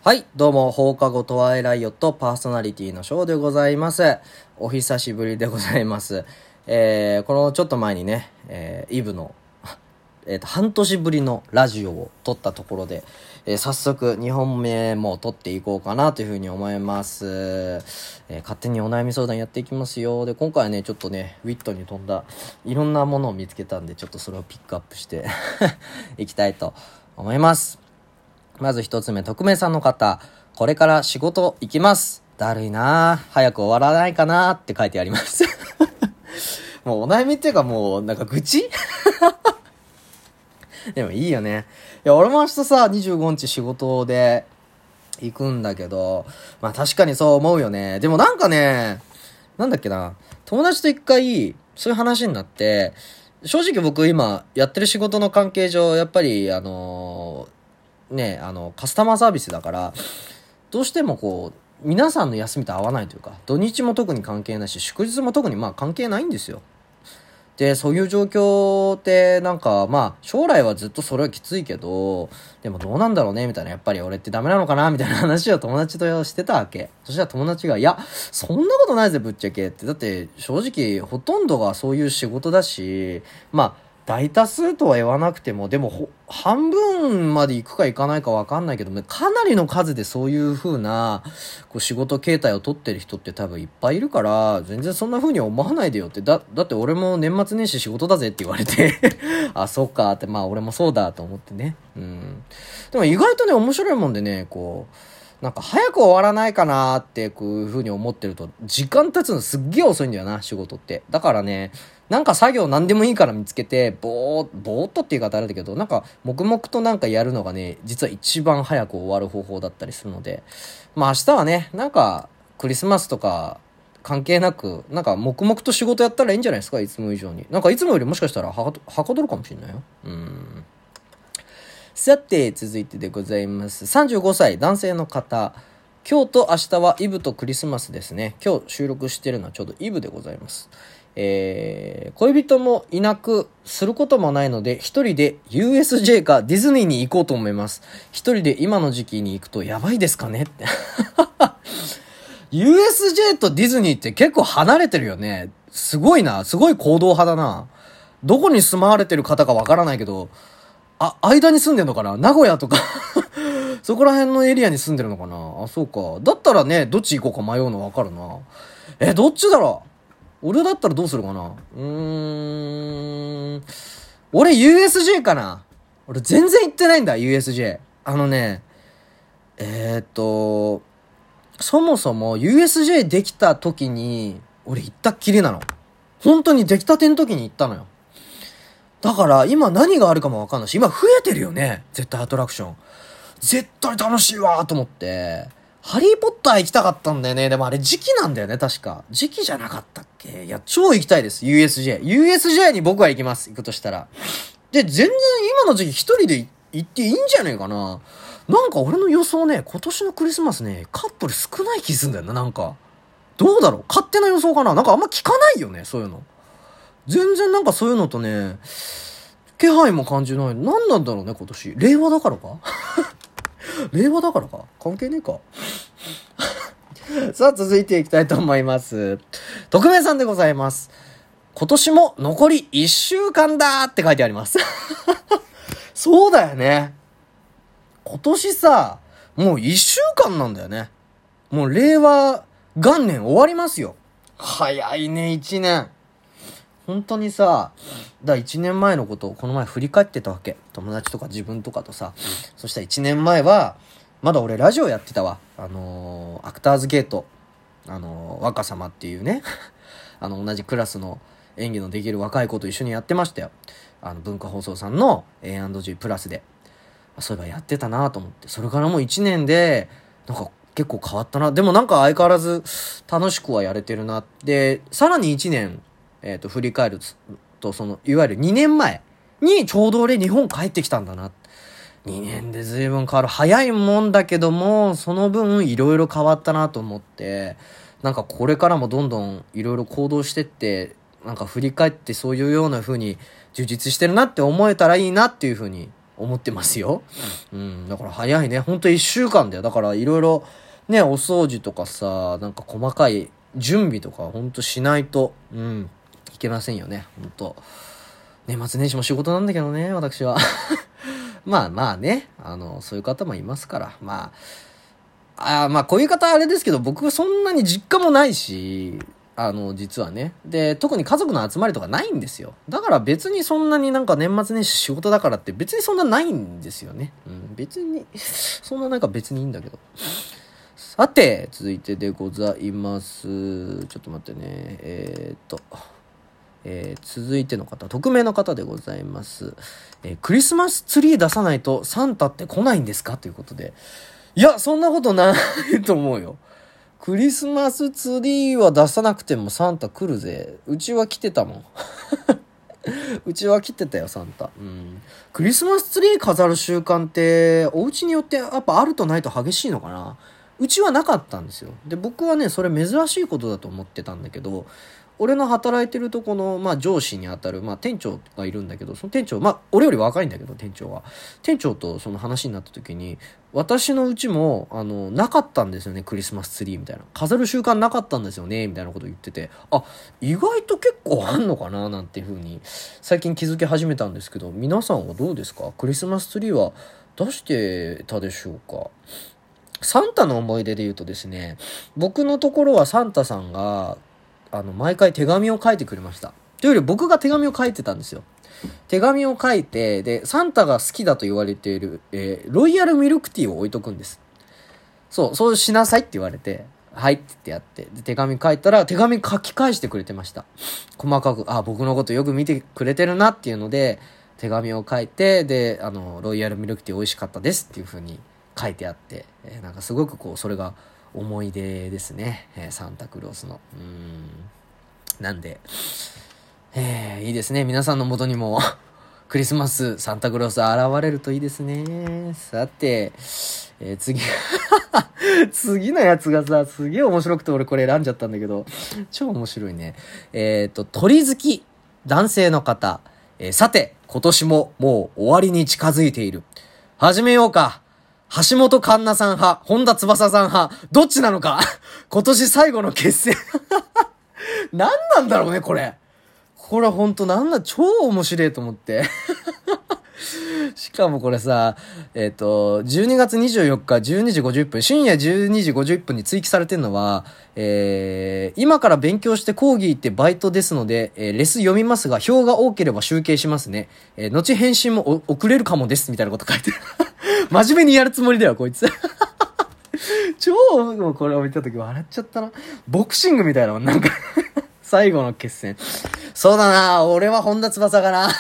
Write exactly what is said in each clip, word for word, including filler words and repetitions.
はい、どうも、放課後トワイライオットパーソナリティのショーでございます。お久しぶりでございます。えー、このちょっと前にね、えー、イブの、えーと、半年ぶりのラジオを撮ったところで、えー、早速にほんめも撮っていこうかなというふうに思います。えー、勝手にお悩み相談やっていきますよ。で、今回はね、ちょっとね、ウィットに富んだいろんなものを見つけたんで、ちょっとそれをピックアップしていきたいと思います。まず一つ目、匿名さんの方。これから仕事行きます。だるいなぁ。早く終わらないかなって書いてあります。もうお悩みっていうかもうなんか愚痴でもいいよね。いや、俺も明日さ、にじゅうごにち仕事で行くんだけど、まあ確かにそう思うよね。でもなんかね、なんだっけな、友達と一回、そういう話になって、正直僕今やってる仕事の関係上、やっぱりあのーね、あの、カスタマーサービスだから、どうしてもこう、皆さんの休みと合わないというか、土日も特に関係ないし、祝日も特にまあ関係ないんですよ。で、そういう状況ってなんか、まあ、将来はずっとそれはきついけど、でもどうなんだろうね、みたいな、やっぱり俺ってダメなのかな、みたいな話を友達としてたわけ。そしたら友達が、いや、そんなことないぜ、ぶっちゃけって。だって、正直、ほとんどがそういう仕事だし、まあ、大多数とは言わなくても、でも半分まで行くか行かないか分かんないけど、かなりの数でそういう風なこう仕事形態を取ってる人って多分いっぱいいるから、全然そんな風に思わないでよって。だ、だって俺も年末年始仕事だぜって言われてあ、そっかって、まあ俺もそうだと思ってね。うん。でも意外とね、面白いもんでね、こう、なんか早く終わらないかなーってこういう風に思ってると、時間経つのすっげー遅いんだよな、仕事って。だからね、なんか作業何でもいいから見つけて、ぼー、ぼーっとっていう言い方あれだけど、なんか黙々となんかやるのがね、実は一番早く終わる方法だったりするので、まあ明日はね、なんかクリスマスとか関係なく、なんか黙々と仕事やったらいいんじゃないですか、いつも以上に。なんかいつもよりもしかしたらはか、はかどるかもしれないよ。うん。さて、続いてでございます。さんじゅうごさい男性の方。今日と明日はイブとクリスマスですね。今日収録してるのはちょうどイブでございます。えー、恋人もいなくすることもないので一人で ユーエスジェー かディズニーに行こうと思います。一人で今の時期に行くとやばいですかねって。ユーエスジェー とディズニーって結構離れてるよね。すごいな。すごい行動派だな。どこに住まわれてる方かわからないけど、あ、間に住んでんのかな、名古屋とかそこら辺のエリアに住んでるのかなあ、そうか。だったらね、どっち行こうか迷うのわかるな。え、どっちだろう、俺だったらどうするかな。うーん。俺 ユーエスジェー かな。俺全然行ってないんだ、ユーエスジェー。あのね、えー、っと、そもそも ユーエスジェー できた時に、俺行ったっきりなの。本当に出来たての時に行ったのよ。だから今何があるかもわかんないし、今増えてるよね。絶対アトラクション。絶対楽しいわーと思って。ハリーポッター行きたかったんだよね。でもあれ時期なんだよね、確か。時期じゃなかったっけ。いや、超行きたいです。ユーエスジェー。ユーエスジェー に僕は行きます。行くとしたら。で、全然今の時期一人で行っていいんじゃねえかな。なんか俺の予想ね、今年のクリスマスね、カップル少ない気すんだよな、なんか。どうだろう、勝手な予想かな。なんかあんま聞かないよね、そういうの。全然なんかそういうのとね、気配も感じない。何なんだろうね、今年。令和だからか令和だからか関係ねえかさあ、続いていきたいと思います。匿名さんでございます。今年も残りいっしゅうかんだって書いてありますそうだよね。今年さ、もういっしゅうかんなんだよね。もう令和元年終わりますよ。早いね、いちねん。本当にさ、だいちねんまえのことをこの前振り返ってたわけ。友達とか自分とかとさ。そしたらいちねんまえは、まだ俺ラジオやってたわ。あのー、アクターズゲート。あのー、若様っていうね。あの、同じクラスの演技のできる若い子と一緒にやってましたよ。あの、文化放送さんの エーアンドジー プラスで。そういえばやってたなと思って。それからもういちねんで、なんか結構変わったな。でもなんか相変わらず楽しくはやれてるな。で、さらにいちねん、えっと、振り返ると、その、いわゆるにねんまえにちょうど俺日本帰ってきたんだな。にねんで随分変わる。早いもんだけども、その分いろいろ変わったなと思って、なんかこれからもどんどんいろいろ行動してって、なんか振り返ってそういうような風に充実してるなって思えたらいいなっていう風に思ってますよ。うん。だから早いね。ほんと一週間だよ。だからいろいろね、お掃除とかさ、なんか細かい準備とかほんとしないと、うん、いけませんよね。ほんと。年末年始も仕事なんだけどね、私は。まあまあね、あの、そういう方もいますから。まあ、あまあこういう方あれですけど、僕はそんなに実家もないし、あの、実はね。で、特に家族の集まりとかないんですよ。だから別にそんなになんか年末年始仕事だからって別にそんなないんですよね。うん、別に、そんななんか別にいいんだけど。さて、続いてでございます。ちょっと待ってね。えー、っと。えー、続いての方、匿名の方でございます、えー、クリスマスツリー出さないとサンタって来ないんですかということで、いやそんなことないと思うよ。クリスマスツリーは出さなくてもサンタ来るぜ。うちは来てたもんうちは来てたよサンタ。うん、クリスマスツリー飾る習慣ってお家によってやっぱあるとないと激しいのかな。うちはなかったんですよ。で僕はねそれ珍しいことだと思ってたんだけど、俺の働いてるとこの、まあ、上司にあたる、まあ、店長がいるんだけど、その店長、まあ、俺より若いんだけど、店長は。店長とその話になった時に、私のうちも、あの、なかったんですよね、クリスマスツリーみたいな。飾る習慣なかったんですよね、みたいなこと言ってて、あ、意外と結構あんのかな、なんていうふうに、最近気づき始めたんですけど、皆さんはどうですか？クリスマスツリーは出してたでしょうか？サンタの思い出で言うとですね、僕のところはサンタさんが、あの毎回手紙を書いてくれました。というより僕が手紙を書いてたんですよ。手紙を書いて、でサンタが好きだと言われている、えー、ロイヤルミルクティーを置いとくんです。そうそうしなさいって言われて、はいって言ってやって、で手紙書いたら手紙書き返してくれてました。細かく、あ僕のことよく見てくれてるなっていうので手紙を書いて、であのロイヤルミルクティー美味しかったですっていう風に書いてあって、えー、なんかすごくこうそれが思い出ですね、えー、サンタクロースの。うーんなんで、えー、いいですね。皆さんの元にもクリスマスサンタクロース現れるといいですね。さて、えー、次次のやつがさすげえ面白くて俺これ選んじゃったんだけど、超面白いね。えっと鳥好き男性の方、えー、さて今年ももう終わりに近づいている。始めようか。橋本環奈さん派、本田翼さん派、どっちなのか今年最後の決戦何なんだろうねこれ。これほんとなんだ、超面白いと思ってしかもこれさ、えっとじゅうにがつにじゅうよっかじゅうにじごじゅっぷん、深夜じゅうにじごじゅっぷんに追記されてるのは、えー、今から勉強して講義行ってバイトですので、えー、レス読みますが表が多ければ集計しますね、えー、後返信も遅れるかもですみたいなこと書いてる真面目にやるつもりだよこいつ超もうこれを見た時笑っちゃったな。ボクシングみたいなもんなんか最後の決戦。そうだな、俺は本田翼かな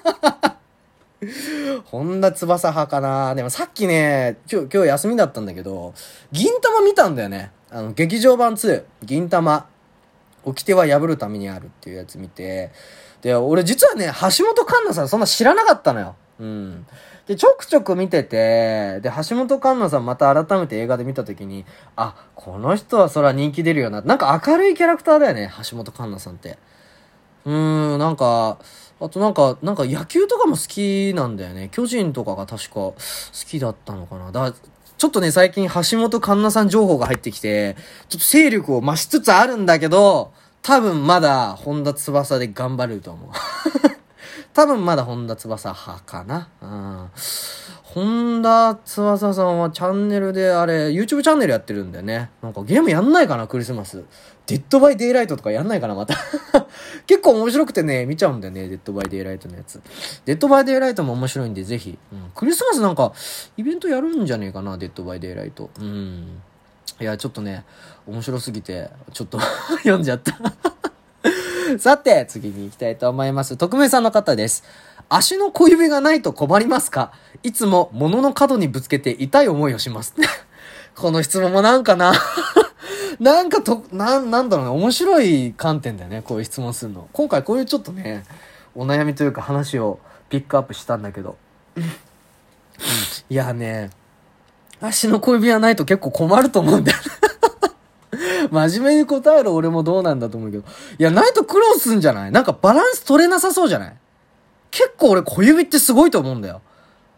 本田翼派かな。でもさっきね、今日、今日休みだったんだけど、銀玉見たんだよね。あの、劇場版ツー、銀玉。掟は破るためにあるっていうやつ見て、で、俺実はね、橋本環奈さんそんな知らなかったのよ。うん。で、ちょくちょく見てて、で、橋本環奈さんまた改めて映画で見たときに、あ、この人はそら人気出るよな。なんか明るいキャラクターだよね、橋本環奈さんって。うーん、なんか、あとなんか、なんか野球とかも好きなんだよね。巨人とかが確か好きだったのかな。だちょっとね、最近橋本環奈さん情報が入ってきて、ちょっと勢力を増しつつあるんだけど、多分まだ本田翼で頑張れると思う。多分まだ本田翼派かな。うん。本田翼さんはチャンネルであれ、YouTube チャンネルやってるんだよね。なんかゲームやんないかな、クリスマス。デッドバイデイライトとかやんないかな、また。結構面白くてね、見ちゃうんだよね、デッドバイデイライトのやつ。デッドバイデイライトも面白いんで、ぜひ。うん、クリスマスなんか、イベントやるんじゃねえかな、デッドバイデイライト。うん。いや、ちょっとね、面白すぎて、ちょっと読んじゃった。さて、次に行きたいと思います。匿名さんの方です。足の小指がないと困りますか？いつも物の角にぶつけて痛い思いをします。この質問もなんかななんかと、な、なんだろうね、面白い観点だよね、こういう質問するの。今回こういうちょっとね、お悩みというか話をピックアップしたんだけど。いやね、足の小指がないと結構困ると思うんだよね。真面目に答える俺もどうなんだと思うけど。いや、ないと苦労すんじゃない？なんかバランス取れなさそうじゃない？結構俺小指ってすごいと思うんだよ。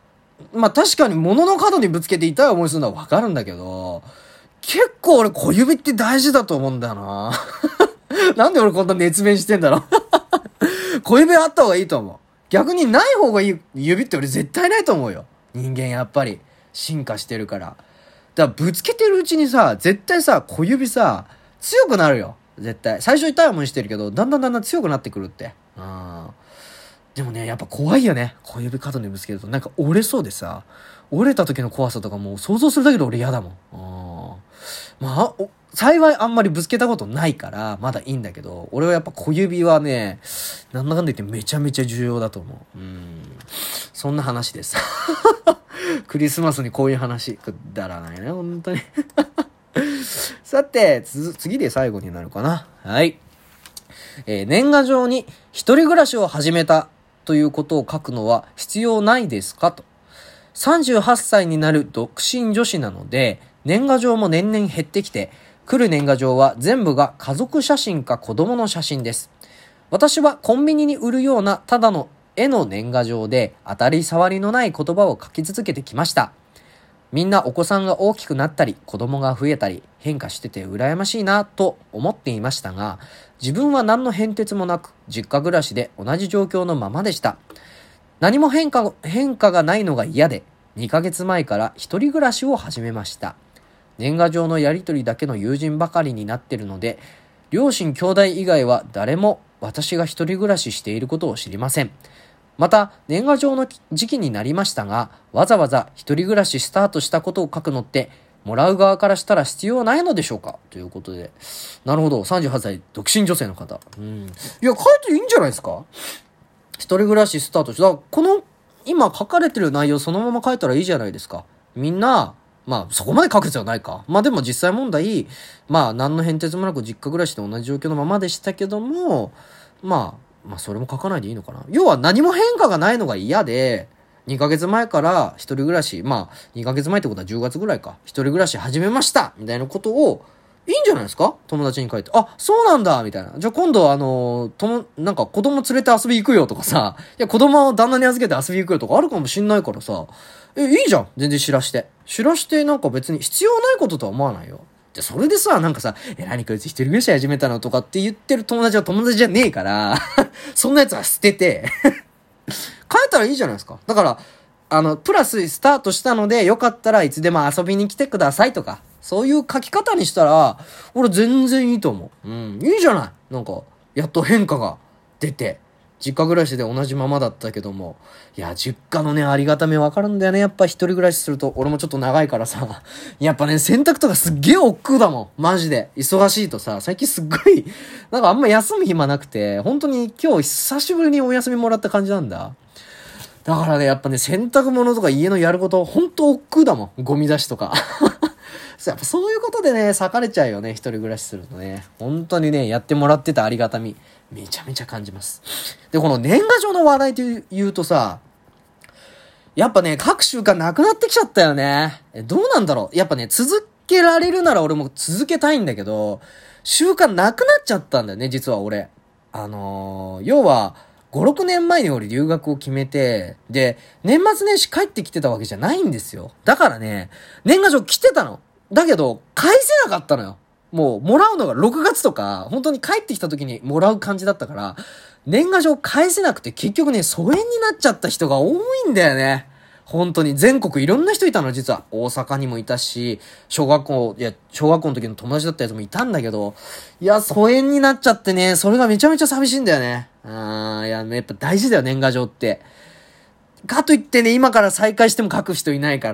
まあ確かに物の角にぶつけて痛い思いするのはわかるんだけど、結構俺小指って大事だと思うんだよな。なんで俺こんな熱弁してんだろう。小指あった方がいいと思う。逆にない方がいい指って俺絶対ないと思うよ。人間やっぱり進化してるから。だからぶつけてるうちにさ、絶対さ、小指さ、強くなるよ。絶対。最初痛い思いしてるけど、だんだんだんだん強くなってくるって。うん。でもね、やっぱ怖いよね。小指角にぶつけると。なんか折れそうでさ、折れた時の怖さとかもう想像するだけで俺嫌だもん。うん。まあ、幸いあんまりぶつけたことないから、まだいいんだけど、俺はやっぱ小指はね、なんだかんだ言ってめちゃめちゃ重要だと思う。うん。そんな話です。クリスマスにこういう話、くだらないね、本当に。さて、つ、次で最後になるかな。はい。えー、年賀状に一人暮らしを始めたということを書くのは必要ないですかと。さんじゅうはっさいになる独身女子なので、年賀状も年々減ってきて、来る年賀状は全部が家族写真か子供の写真です。私はコンビニに売るようなただの絵の年賀状で当たり障りのない言葉を書き続けてきました。みんなお子さんが大きくなったり、子供が増えたり、変化してて羨ましいなと思っていましたが、自分は何の変哲もなく、実家暮らしで同じ状況のままでした。何も変化、変化がないのが嫌で、にかげつまえから一人暮らしを始めました。年賀状のやり取りだけの友人ばかりになっているので、両親兄弟以外は誰も私が一人暮らししていることを知りません。また、年賀状の時期になりましたが、わざわざ一人暮らしスタートしたことを書くのって、もらう側からしたら必要ないのでしょうかということで。なるほど。さんじゅうはっさい、独身女性の方。うん。いや、書いていいんじゃないですか？一人暮らしスタートした。この、今書かれてる内容そのまま書いたらいいじゃないですか。みんな、まあ、そこまで書く必要はないか。まあでも実際問題、まあ、何の変哲もなく実家暮らしで同じ状況のままでしたけども、まあ、まあそれも書かないでいいのかな。要は何も変化がないのが嫌で、にかげつまえから一人暮らし、まあにかげつまえってことはじゅうがつぐらいか。一人暮らし始めましたみたいなことを、いいんじゃないですか？友達に書いて。あ、そうなんだみたいな。じゃあ今度あの、とも、なんか子供連れて遊び行くよとかさ、いや子供を旦那に預けて遊び行くよとかあるかもしんないからさ、え、いいじゃん全然知らして。知らしてなんか別に必要ないこととは思わないよ。で、それでさ、なんかさ、え、何こいつ一人暮らし始めたのとかって言ってる友達は友達じゃねえから、そんなやつは捨てて、変えたらいいじゃないですか。だから、あの、プラススタートしたので、よかったらいつでも遊びに来てくださいとか、そういう書き方にしたら、俺全然いいと思う。うん、いいじゃない。なんか、やっと変化が出て、実家暮らしで同じままだったけども、いや、実家のね、ありがたみわかるんだよね。やっぱ一人暮らしすると、俺もちょっと長いからさ、やっぱね、洗濯とかすっげえ億劫だもん。マジで。忙しいとさ、最近すっごい、なんかあんま休む暇なくて、本当に今日久しぶりにお休みもらった感じなんだ。だからね、やっぱね、洗濯物とか家のやること、本当億劫だもん。ゴミ出しとか。やっぱそういうことでね、裂かれちゃうよね、一人暮らしするとね。本当にね、やってもらってたありがたみ、めちゃめちゃ感じます。で、この年賀状の話題というとさ、やっぱね、各習慣なくなってきちゃったよね。どうなんだろう。やっぱね、続けられるなら俺も続けたいんだけど、習慣なくなっちゃったんだよね、実は俺。あのー、要は、ご、ろくねんまえに俺留学を決めて、で、年末年始帰ってきてたわけじゃないんですよ。だからね、年賀状来てたの。だけど、返せなかったのよ。もう、もらうのがろくがつとか、本当に帰ってきた時にもらう感じだったから、年賀状返せなくて結局ね、疎遠になっちゃった人が多いんだよね。本当に全国いろんな人いたの、実は。大阪にもいたし、小学校、いや、小学校の時の友達だったやつもいたんだけど、いや、疎遠になっちゃってね、それがめちゃめちゃ寂しいんだよね。あー、いや、やっぱ大事だよ、年賀状って。かといってね、今から再開しても書く人いないから、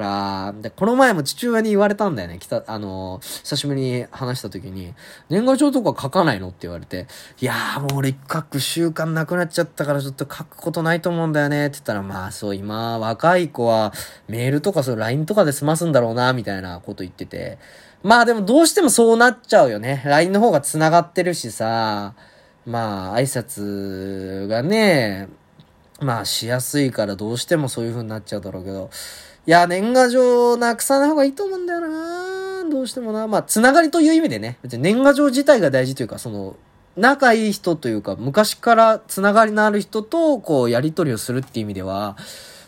で、この前も父親に言われたんだよね。来た、あのー、久しぶりに話した時に、年賀状とか書かないのって言われて、いやーもう俺書く習慣なくなっちゃったからちょっと書くことないと思うんだよねって言ったら、まあそう、今、若い子はメールとかそう ライン とかで済ますんだろうな、みたいなこと言ってて。まあでもどうしてもそうなっちゃうよね。ライン の方が繋がってるしさ、まあ挨拶がね、まあしやすいからどうしてもそういう風になっちゃうだろうけど。いや、年賀状なくさない方がいいと思うんだよな。どうしてもな。まあ、つながりという意味でね。別に年賀状自体が大事というか、その、仲いい人というか、昔からつながりのある人と、こう、やり取りをするっていう意味では、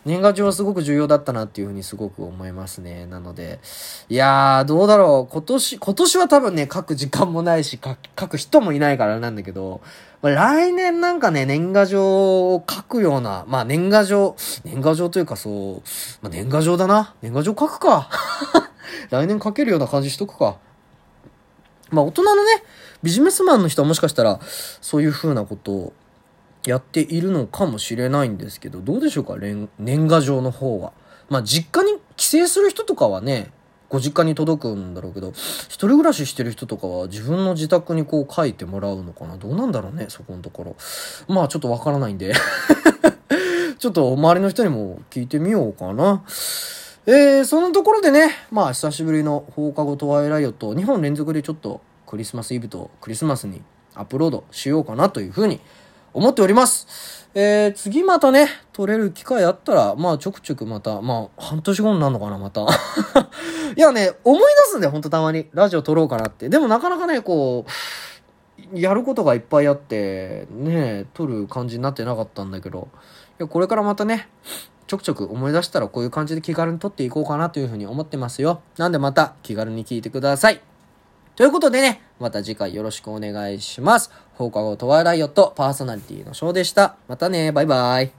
年賀状はすごく重要だったなっていうふうにすごく思いますね。なので、いやー、どうだろう。今年、今年は多分ね、書く時間もないし、書書く人もいないからなんだけど、まあ、来年なんかね、年賀状を書くような、まあ年賀状、年賀状というかそう、まあ年賀状だな。年賀状書くか。来年書けるような感じしとくか。まあ大人のね、ビジネスマンの人はもしかしたら、そういう風なことをやっているのかもしれないんですけど、どうでしょうか、年賀状の方は。まあ実家に帰省する人とかはね、ご実家に届くんだろうけど、一人暮らししてる人とかは自分の自宅にこう書いてもらうのかな。どうなんだろうね、そこのところ。まあちょっとわからないんで。ちょっと周りの人にも聞いてみようかな。えー、そのところでね、まあ久しぶりの放課後トワイライオット、にほん連続でちょっとクリスマスイブとクリスマスにアップロードしようかなというふうに思っております。えー、次またね、撮れる機会あったら、まあちょくちょくまた、まあ半年後になるのかな、また。いやね、思い出すんだよ、ほんとたまに。ラジオ撮ろうかなって。でもなかなかね、こう、やることがいっぱいあって、ね、撮る感じになってなかったんだけど、いやこれからまたね、ちょくちょく思い出したらこういう感じで気軽に撮っていこうかなというふうに思ってますよ。なんでまた気軽に聞いてください。ということでね、また次回よろしくお願いします。放課後トワイライオットパーソナリティのショーでした。またね、バイバイ。